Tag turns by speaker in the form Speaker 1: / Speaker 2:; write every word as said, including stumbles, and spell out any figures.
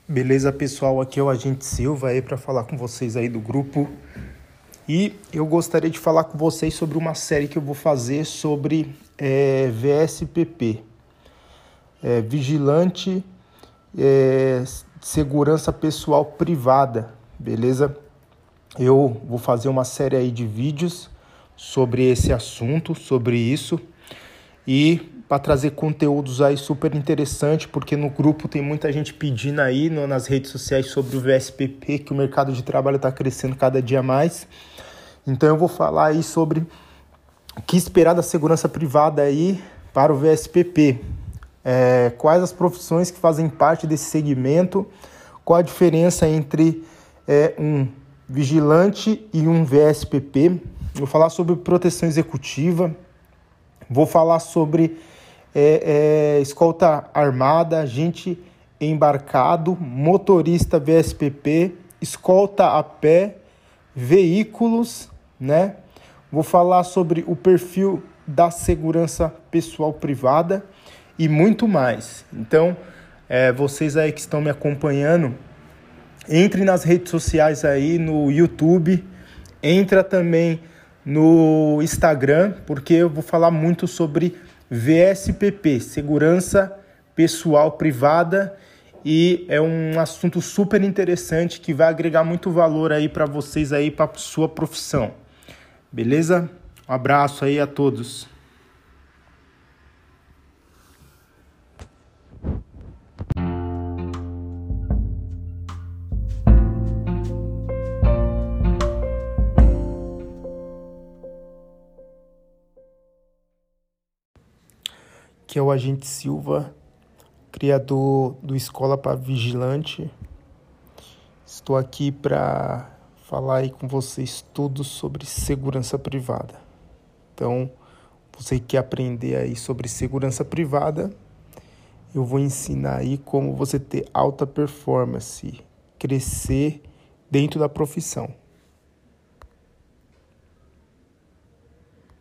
Speaker 1: Beleza, pessoal? Aqui é o Agente Silva aí para falar com vocês aí do grupo. E eu gostaria de falar com vocês sobre uma série que eu vou fazer sobre é, V S P P, é, Vigilante é, Segurança Pessoal Privada, beleza? Eu vou fazer uma série aí de vídeos sobre esse assunto, sobre isso, e para trazer conteúdos aí super interessantes, porque no grupo tem muita gente pedindo aí no, nas redes sociais sobre o V S P P, que o mercado de trabalho está crescendo cada dia mais. Então eu vou falar aí sobre o que esperar da segurança privada aí para o V S P P. É, quais as profissões que fazem parte desse segmento, qual a diferença entre é, um vigilante e um V S P P. Vou falar sobre proteção executiva, vou falar sobre é, é, escolta armada, agente embarcado, motorista V S P P, escolta a pé, veículos, né? Vou falar sobre o perfil da segurança pessoal privada e muito mais. Então, é, vocês aí que estão me acompanhando, entre nas redes sociais aí, no YouTube, entra também no Instagram, porque eu vou falar muito sobre V S P P, segurança pessoal privada, e é um assunto super interessante que vai agregar muito valor aí para vocês aí, para sua profissão. Beleza? Um abraço aí a todos. Que é o Agente Silva, criador do Escola para Vigilante. Estou aqui para falar aí com vocês tudo sobre segurança privada. Então, você que quer aprender aí sobre segurança privada, eu vou ensinar aí como você ter alta performance, crescer dentro da profissão.